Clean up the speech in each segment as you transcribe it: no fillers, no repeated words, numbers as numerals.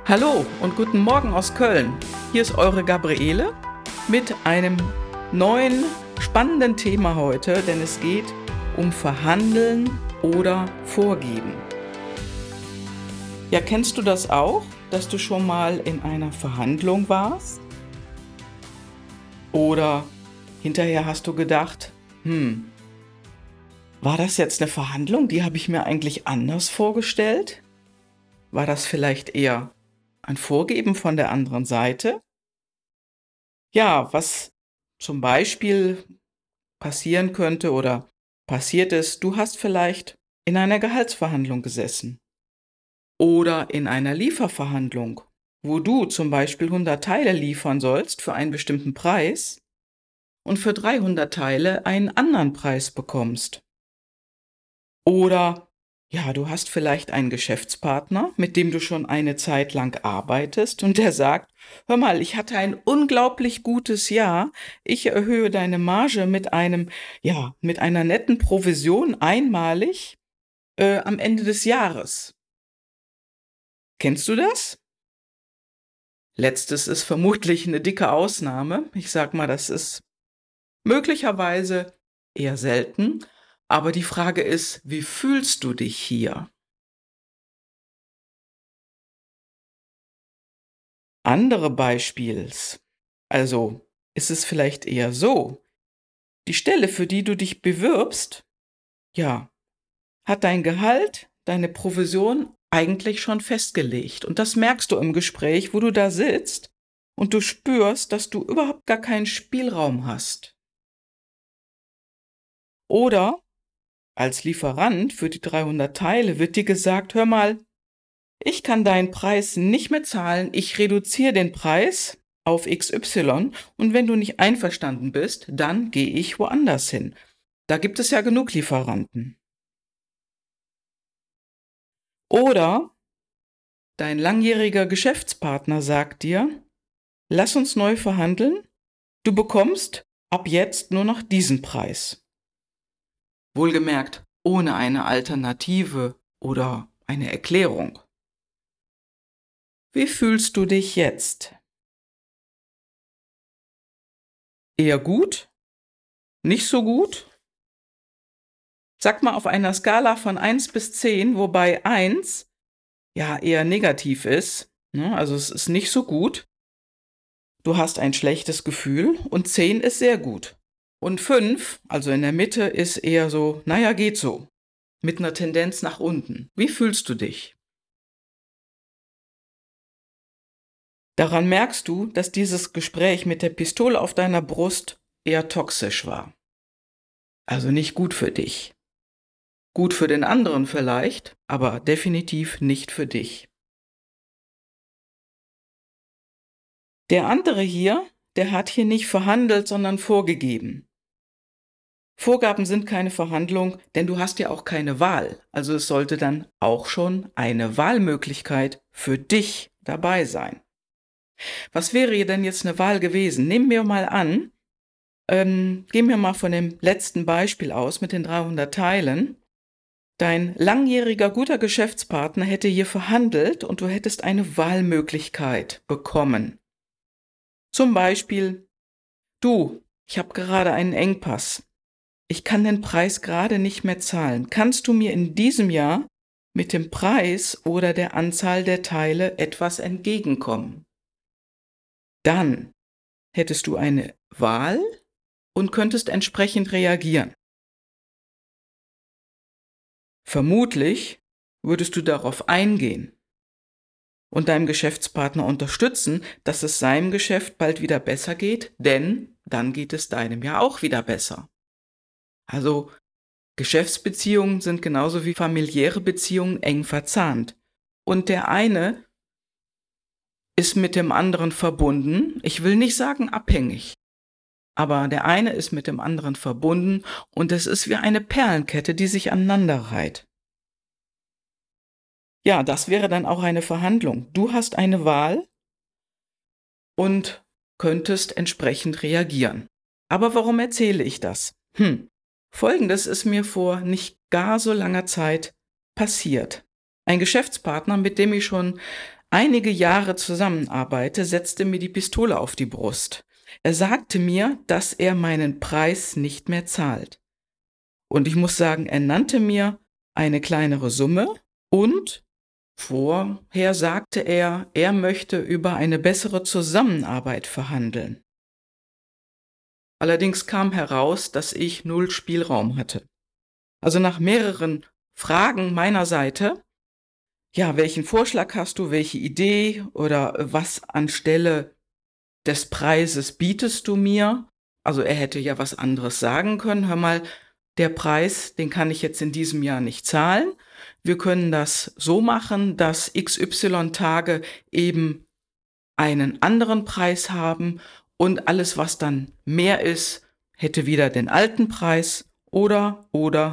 Hallo und guten Morgen aus Köln. Hier ist eure Gabriele mit einem neuen spannenden Thema heute, denn es geht um Verhandeln oder Vorgeben. Ja, kennst du das auch, dass du schon mal in einer Verhandlung warst? Oder hinterher hast du gedacht, war das jetzt eine Verhandlung? Die habe ich mir eigentlich anders vorgestellt? War das vielleicht eher ein Vorgeben von der anderen Seite? Ja, was zum Beispiel passieren könnte oder passiert ist, du hast vielleicht in einer Gehaltsverhandlung gesessen oder in einer Lieferverhandlung, wo du zum Beispiel 100 Teile liefern sollst für einen bestimmten Preis und für 300 Teile einen anderen Preis bekommst. Oder ja, du hast vielleicht einen Geschäftspartner, mit dem du schon eine Zeit lang arbeitest und der sagt, hör mal, ich hatte ein unglaublich gutes Jahr, ich erhöhe deine Marge mit einer netten Provision einmalig am Ende des Jahres. Kennst du das? Letztes ist vermutlich eine dicke Ausnahme. Ich sag mal, das ist möglicherweise eher selten. Aber die Frage ist, wie fühlst du dich hier? Andere Beispiels. Also ist es vielleicht eher so, die Stelle, für die du dich bewirbst, ja, hat dein Gehalt, deine Provision eigentlich schon festgelegt. Und das merkst du im Gespräch, wo du da sitzt und du spürst, dass du überhaupt gar keinen Spielraum hast. Oder als Lieferant für die 300 Teile wird dir gesagt, hör mal, ich kann deinen Preis nicht mehr zahlen, ich reduziere den Preis auf XY und wenn du nicht einverstanden bist, dann gehe ich woanders hin. Da gibt es ja genug Lieferanten. Oder dein langjähriger Geschäftspartner sagt dir, lass uns neu verhandeln, du bekommst ab jetzt nur noch diesen Preis. Wohlgemerkt, ohne eine Alternative oder eine Erklärung. Wie fühlst du dich jetzt? Eher gut? Nicht so gut? Sag mal auf einer Skala von 1 bis 10, wobei 1 ja eher negativ ist, ne? Also es ist nicht so gut. Du hast ein schlechtes Gefühl und 10 ist sehr gut. Und 5, also in der Mitte, ist eher so, naja, geht so. Mit einer Tendenz nach unten. Wie fühlst du dich? Daran merkst du, dass dieses Gespräch mit der Pistole auf deiner Brust eher toxisch war. Also nicht gut für dich. Gut für den anderen vielleicht, aber definitiv nicht für dich. Der andere hier, der hat hier nicht verhandelt, sondern vorgegeben. Vorgaben sind keine Verhandlung, denn du hast ja auch keine Wahl. Also es sollte dann auch schon eine Wahlmöglichkeit für dich dabei sein. Was wäre denn jetzt eine Wahl gewesen? Nehmen wir mal an, gehen wir mal von dem letzten Beispiel aus mit den 300 Teilen. Dein langjähriger guter Geschäftspartner hätte hier verhandelt und du hättest eine Wahlmöglichkeit bekommen. Zum Beispiel, du, ich habe gerade einen Engpass. Ich kann den Preis gerade nicht mehr zahlen. Kannst du mir in diesem Jahr mit dem Preis oder der Anzahl der Teile etwas entgegenkommen? Dann hättest du eine Wahl und könntest entsprechend reagieren. Vermutlich würdest du darauf eingehen und deinem Geschäftspartner unterstützen, dass es seinem Geschäft bald wieder besser geht, denn dann geht es deinem ja auch wieder besser. Also Geschäftsbeziehungen sind genauso wie familiäre Beziehungen eng verzahnt. Und der eine ist mit dem anderen verbunden. Ich will nicht sagen abhängig, aber der eine ist mit dem anderen verbunden und es ist wie eine Perlenkette, die sich aneinander reiht. Ja, das wäre dann auch eine Verhandlung. Du hast eine Wahl und könntest entsprechend reagieren. Aber warum erzähle ich das? Folgendes ist mir vor nicht gar so langer Zeit passiert. Ein Geschäftspartner, mit dem ich schon einige Jahre zusammenarbeite, setzte mir die Pistole auf die Brust. Er sagte mir, dass er meinen Preis nicht mehr zahlt. Und ich muss sagen, er nannte mir eine kleinere Summe und vorher sagte er, er möchte über eine bessere Zusammenarbeit verhandeln. Allerdings kam heraus, dass ich 0 Spielraum hatte. Also nach mehreren Fragen meiner Seite, ja, welchen Vorschlag hast du, welche Idee oder was anstelle des Preises bietest du mir? Also er hätte ja was anderes sagen können. Hör mal, der Preis, den kann ich jetzt in diesem Jahr nicht zahlen. Wir können das so machen, dass XY Tage eben einen anderen Preis haben und alles, was dann mehr ist, hätte wieder den alten Preis oder.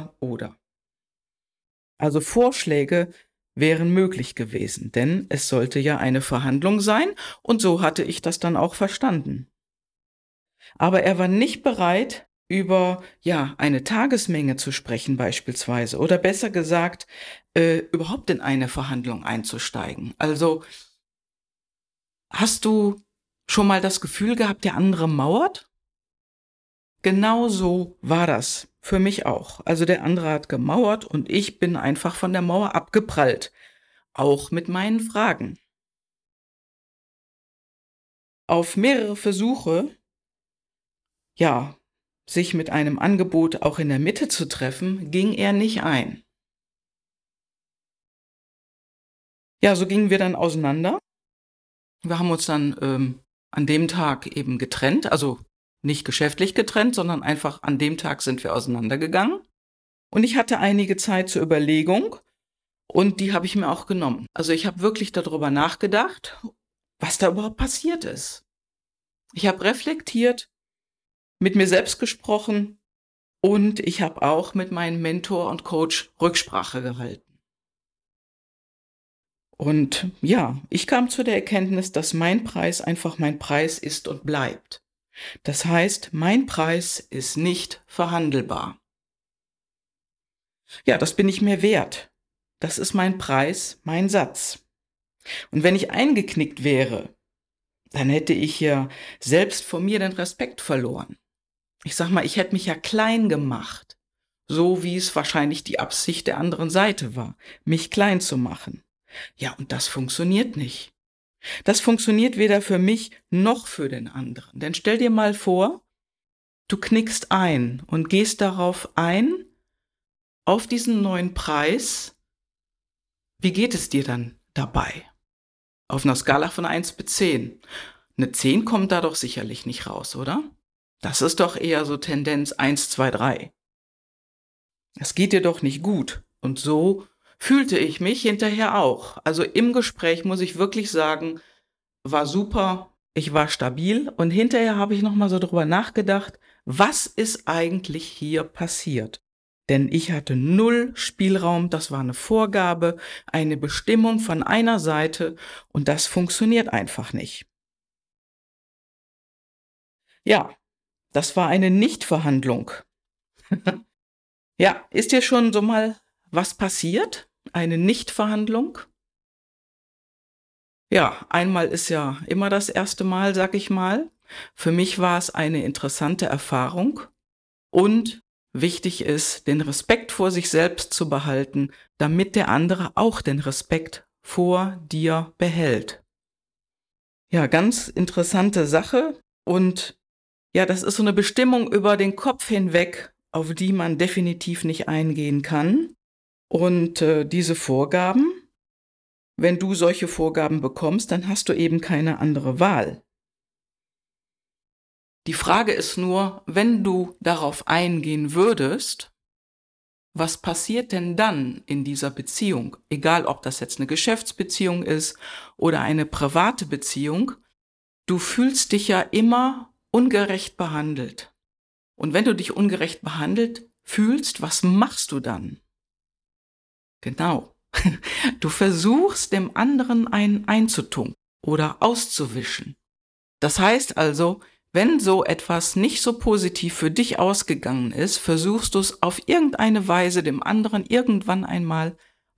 Also Vorschläge wären möglich gewesen, denn es sollte ja eine Verhandlung sein und so hatte ich das dann auch verstanden. Aber er war nicht bereit, über eine Tagesmenge zu sprechen beispielsweise oder besser gesagt, überhaupt in eine Verhandlung einzusteigen. Also hast du schon mal das Gefühl gehabt, der andere mauert? Genau so war das für mich auch. Also der andere hat gemauert und ich bin einfach von der Mauer abgeprallt, auch mit meinen Fragen. Auf mehrere Versuche, sich mit einem Angebot auch in der Mitte zu treffen, ging er nicht ein. Ja, so gingen wir dann auseinander. Wir haben uns dann an dem Tag eben getrennt, also nicht geschäftlich getrennt, sondern einfach an dem Tag sind wir auseinandergegangen. Und ich hatte einige Zeit zur Überlegung und die habe ich mir auch genommen. Also ich habe wirklich darüber nachgedacht, was da überhaupt passiert ist. Ich habe reflektiert, mit mir selbst gesprochen und ich habe auch mit meinem Mentor und Coach Rücksprache gehalten. Und ich kam zu der Erkenntnis, dass mein Preis einfach mein Preis ist und bleibt. Das heißt, mein Preis ist nicht verhandelbar. Ja, das bin ich mir wert. Das ist mein Preis, mein Satz. Und wenn ich eingeknickt wäre, dann hätte ich ja selbst vor mir den Respekt verloren. Ich sag mal, ich hätte mich ja klein gemacht, so wie es wahrscheinlich die Absicht der anderen Seite war, mich klein zu machen. Ja, und das funktioniert nicht. Das funktioniert weder für mich noch für den anderen. Denn stell dir mal vor, du knickst ein und gehst darauf ein, auf diesen neuen Preis. Wie geht es dir dann dabei? Auf einer Skala von 1 bis 10. Eine 10 kommt da doch sicherlich nicht raus, oder? Das ist doch eher so Tendenz 1, 2, 3. Es geht dir doch nicht gut. Und so fühlte ich mich hinterher auch. Also im Gespräch muss ich wirklich sagen, war super, ich war stabil und hinterher habe ich nochmal so drüber nachgedacht, was ist eigentlich hier passiert? Denn ich hatte 0 Spielraum, das war eine Vorgabe, eine Bestimmung von einer Seite und das funktioniert einfach nicht. Ja, das war eine Nichtverhandlung. Ja, ist dir schon so mal was passiert? Eine Nichtverhandlung? Ja, einmal ist ja immer das erste Mal, sag ich mal. Für mich war es eine interessante Erfahrung und wichtig ist, den Respekt vor sich selbst zu behalten, damit der andere auch den Respekt vor dir behält. Ja, ganz interessante Sache und ja, das ist so eine Bestimmung über den Kopf hinweg, auf die man definitiv nicht eingehen kann. Und diese Vorgaben, wenn du solche Vorgaben bekommst, dann hast du eben keine andere Wahl. Die Frage ist nur, wenn du darauf eingehen würdest, was passiert denn dann in dieser Beziehung? Egal, ob das jetzt eine Geschäftsbeziehung ist oder eine private Beziehung, du fühlst dich ja immer ungerecht behandelt. Und wenn du dich ungerecht behandelt fühlst, was machst du dann? Genau. Du versuchst, dem anderen einen einzutunken oder auszuwischen. Das heißt also, wenn so etwas nicht so positiv für dich ausgegangen ist, versuchst du es auf irgendeine Weise dem anderen irgendwann einmal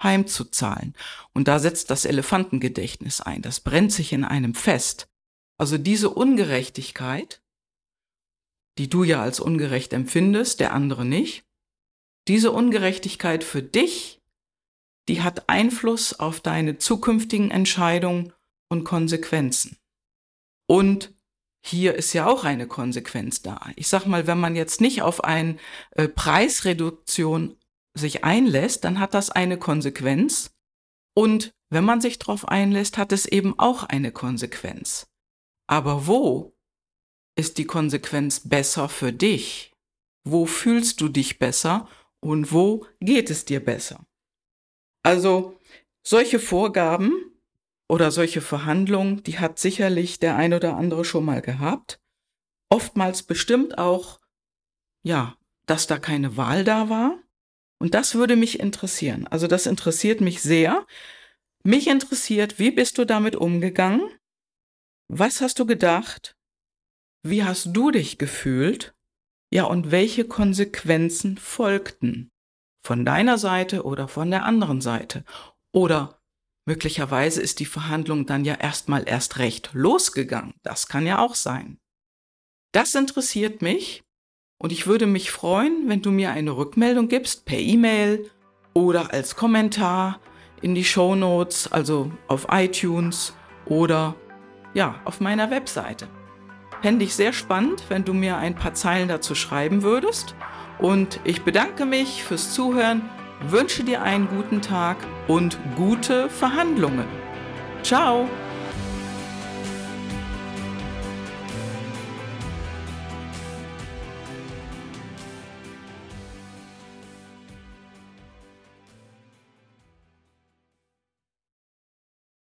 heimzuzahlen. Und da setzt das Elefantengedächtnis ein. Das brennt sich in einem fest. Also diese Ungerechtigkeit, die du ja als ungerecht empfindest, der andere nicht, diese Ungerechtigkeit für dich, die hat Einfluss auf deine zukünftigen Entscheidungen und Konsequenzen. Und hier ist ja auch eine Konsequenz da. Ich sag mal, wenn man jetzt nicht auf eine Preisreduktion sich einlässt, dann hat das eine Konsequenz. Und wenn man sich darauf einlässt, hat es eben auch eine Konsequenz. Aber wo ist die Konsequenz besser für dich? Wo fühlst du dich besser und wo geht es dir besser? Also solche Vorgaben oder solche Verhandlungen, die hat sicherlich der ein oder andere schon mal gehabt. Oftmals bestimmt auch, ja, dass da keine Wahl da war. Und das würde mich interessieren. Also das interessiert mich sehr. Mich interessiert, wie bist du damit umgegangen? Was hast du gedacht? Wie hast du dich gefühlt? Ja, und welche Konsequenzen folgten? Von deiner Seite oder von der anderen Seite? Oder möglicherweise ist die Verhandlung dann ja erst recht losgegangen. Das kann ja auch sein. Das interessiert mich und ich würde mich freuen, wenn du mir eine Rückmeldung gibst per E-Mail oder als Kommentar in die Shownotes, also auf iTunes oder ja, auf meiner Webseite. Fände ich sehr spannend, wenn du mir ein paar Zeilen dazu schreiben würdest. Und ich bedanke mich fürs Zuhören, wünsche dir einen guten Tag und gute Verhandlungen. Ciao!